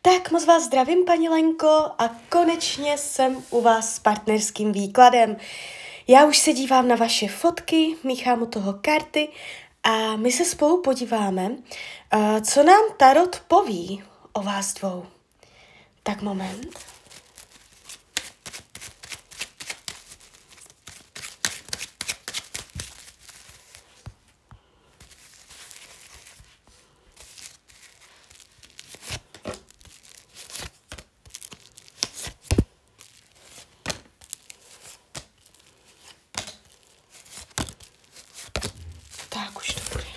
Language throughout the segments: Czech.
Tak moc vás zdravím, paní Lenko, a konečně jsem u vás s partnerským výkladem. Já už se dívám na vaše fotky, míchám u toho karty a my se spolu podíváme, co nám tarot poví o vás dvou. Tak moment. Tak už to bude.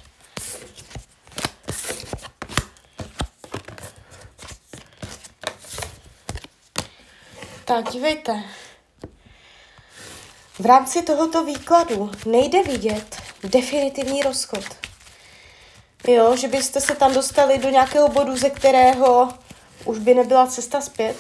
Tak dívejte. V rámci tohoto výkladu nejde vidět definitivní rozchod. Jo, že byste se tam dostali do nějakého bodu, ze kterého už by nebyla cesta zpět.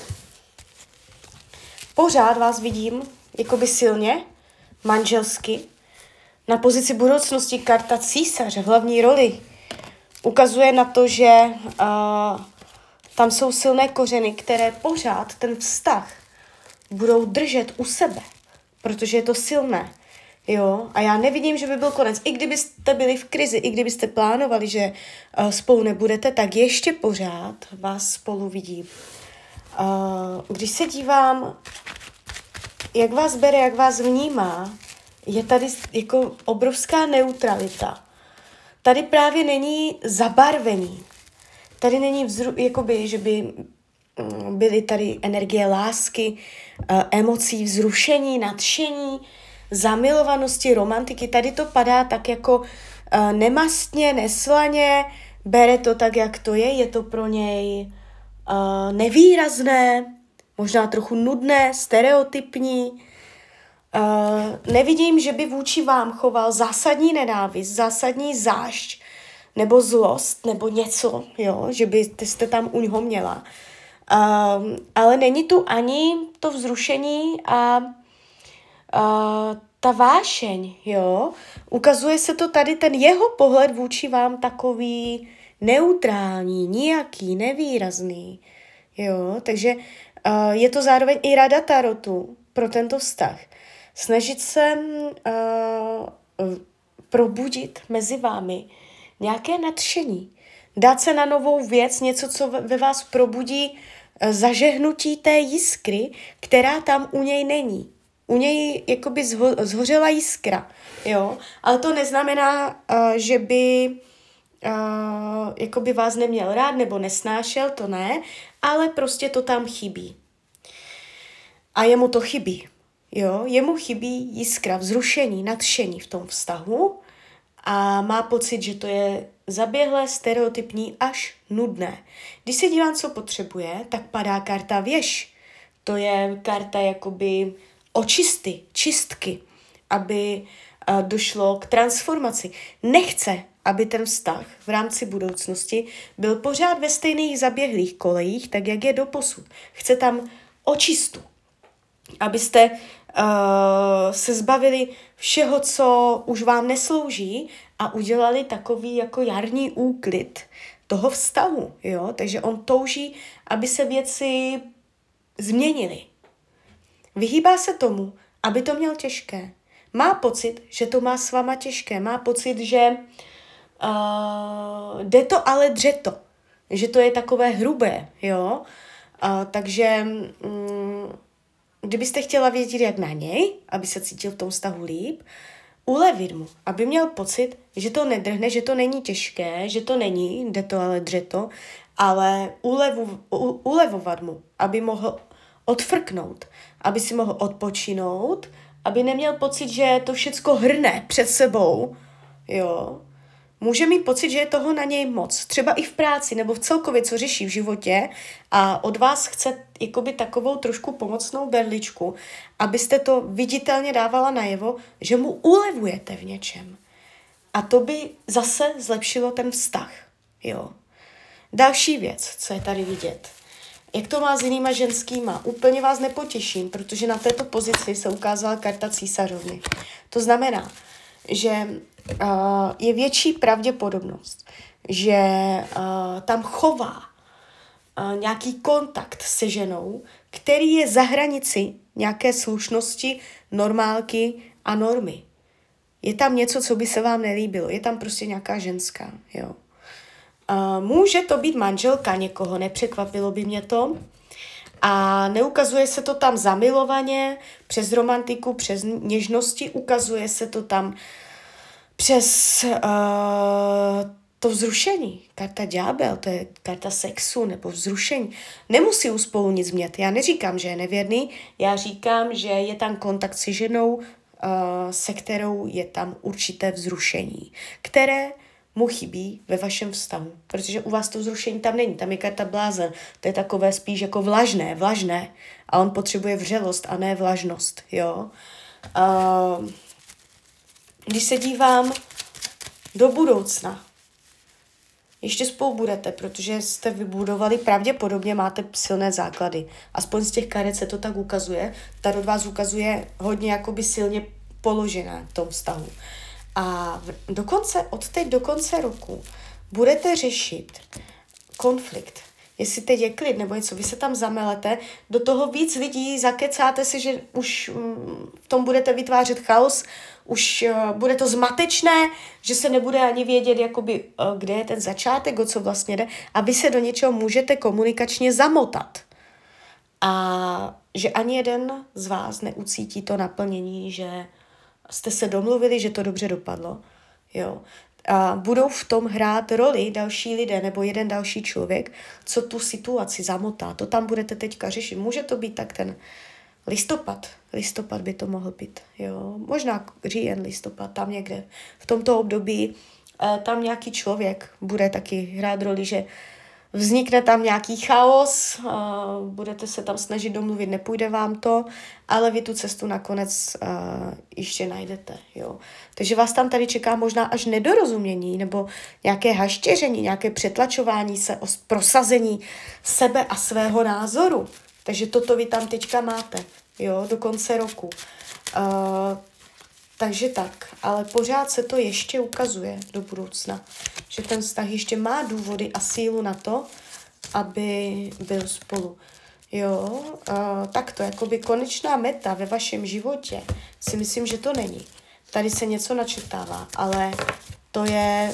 Pořád vás vidím jakoby silně, manželsky. Na pozici budoucnosti karta císaře v hlavní roli ukazuje na to, že tam jsou silné kořeny, které pořád ten vztah budou držet u sebe, protože je to silné. Jo? A já nevidím, že by byl konec. I kdybyste byli v krizi, i kdybyste plánovali, že spolu nebudete, tak ještě pořád vás spolu vidím. Když se dívám, jak vás bere, jak vás vnímá, je tady jako obrovská neutralita. Tady právě není zabarvení. Tady není jakoby, že by byly tady energie lásky, emocí, vzrušení, nadšení, zamilovanosti, romantiky. Tady to padá tak jako nemastně, neslaně, bere to tak, jak to je to pro něj nevýrazné, možná trochu nudné, stereotypní. Nevidím, že by vůči vám choval zásadní nenávist, zásadní zášť, nebo zlost, nebo něco, jo, že byste tam u něho měla. Ale není tu ani to vzrušení a ta vášeň, jo. Ukazuje se to tady, ten jeho pohled vůči vám takový neutrální, nijaký, nevýrazný, jo. Takže je to zároveň i rada tarotu pro tento vztah. Snažit se probudit mezi vámi nějaké nadšení. Dát se na novou věc, něco, co ve vás probudí zažehnutí té jiskry, která tam u něj není. U něj jakoby zhořela jiskra, jo? Ale to neznamená, že by jakoby vás neměl rád nebo nesnášel, to ne, ale prostě to tam chybí. A jemu to chybí, jo? Jemu chybí jiskra, vzrušení, nadšení v tom vztahu a má pocit, že to je zaběhlé, stereotypní až nudné. Když se dívám, co potřebuje, tak padá karta věž. To je karta jakoby očisty, čistky, aby došlo k transformaci. Nechce, aby ten vztah v rámci budoucnosti byl pořád ve stejných zaběhlých kolejích, tak jak je doposud. Chce tam očistu, abyste se zbavili všeho, co už vám neslouží a udělali takový jako jarní úklid toho vztahu, jo? Takže on touží, aby se věci změnily. Vyhýbá se tomu, aby to měl těžké. Má pocit, že to má s váma těžké. Má pocit, že jde to, ale dře to. Že to je takové hrubé, jo? Takže kdybyste chtěla vědět, jak na něj, aby se cítil v tom vztahu líp, ulevit mu, aby měl pocit, že to nedrhne, že to není těžké, že to není, jde to, ale dře to, ale ulevovat mu, aby mohl odfrknout, aby si mohl odpočinout, aby neměl pocit, že to všecko hrne před sebou, jo. Může mít pocit, že je toho na něj moc, třeba i v práci, nebo v celkově, co řeší v životě a od vás chce jakoby takovou trošku pomocnou berličku, abyste to viditelně dávala najevo, že mu ulevujete v něčem. A to by zase zlepšilo ten vztah, jo. Další věc, co je tady vidět. Jak to má s jinýma ženskýma? Úplně vás nepotěším, protože na této pozici se ukázala karta císařovny. To znamená, že je větší pravděpodobnost, že tam chová nějaký kontakt se ženou, který je za hranici nějaké slušnosti, normálky a normy. Je tam něco, co by se vám nelíbilo. Je tam prostě nějaká ženská. Jo. Může to být manželka někoho, nepřekvapilo by mě to. A neukazuje se to tam zamilovaně, přes romantiku, přes něžnosti, ukazuje se to tam přes to vzrušení. Karta ďábel, to je karta sexu nebo vzrušení. Nemusí spolu nic mět. Já neříkám, že je nevěrný, já říkám, že je tam kontakt se ženou, se kterou je tam určité vzrušení, které mu chybí ve vašem vztahu. Protože u vás to vzrušení tam není, tam je karta blázen. To je takové spíš jako vlažné. A on potřebuje vřelost a ne vlažnost. Jo? Když se dívám do budoucna, ještě spolu budete, protože jste vybudovali, pravděpodobně máte silné základy. Aspoň z těch karet se to tak ukazuje. Tarot vás ukazuje hodně jakoby silně položená v tom vztahu. A od teď do konce roku budete řešit konflikt. Jestli teď je klid nebo něco, vy se tam zamelete, do toho víc lidí, zakecáte si, že už v tom budete vytvářet chaos, už bude to zmatečné, že se nebude ani vědět, jakoby, kde je ten začátek, o co vlastně jde, a vy se do něčeho můžete komunikačně zamotat. A že ani jeden z vás neucítí to naplnění, že jste se domluvili, že to dobře dopadlo. Jo. A budou v tom hrát roli další lidé nebo jeden další člověk, co tu situaci zamotá. To tam budete teďka řešit. Může to být tak ten listopad by to mohl být. Jo. Možná říjen, listopad, tam někde. V tomto období tam nějaký člověk bude taky hrát roli, že vznikne tam nějaký chaos, budete se tam snažit domluvit, nepůjde vám to, ale vy tu cestu nakonec ještě najdete. Jo. Takže vás tam tady čeká možná až nedorozumění nebo nějaké haštěření, nějaké přetlačování se o prosazení sebe a svého názoru. Takže toto vy tam teďka máte, jo, do konce roku. Takže tak, ale pořád se to ještě ukazuje do budoucna, že ten vztah ještě má důvody a sílu na to, aby byl spolu. Jo, tak to, jakoby konečná meta ve vašem životě, si myslím, že to není. Tady se něco načetává, ale to je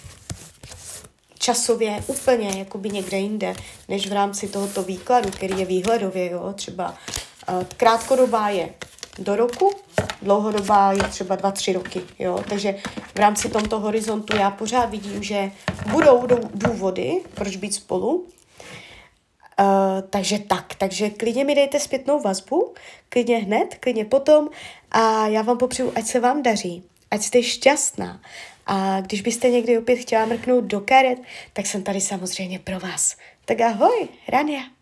časově úplně jakoby někde jinde, než v rámci tohoto výkladu, který je výhledově, jo, třeba krátkodobá je do roku, dlouhodobá je třeba 2-3 roky, jo, takže v rámci tomto horizontu já pořád vidím, že budou důvody, proč být spolu, takže klidně mi dejte zpětnou vazbu, klidně hned, klidně potom a já vám popřeju, ať se vám daří, ať jste šťastná a když byste někdy opět chtěla mrknout do karet, tak jsem tady samozřejmě pro vás. Tak ahoj, Rania.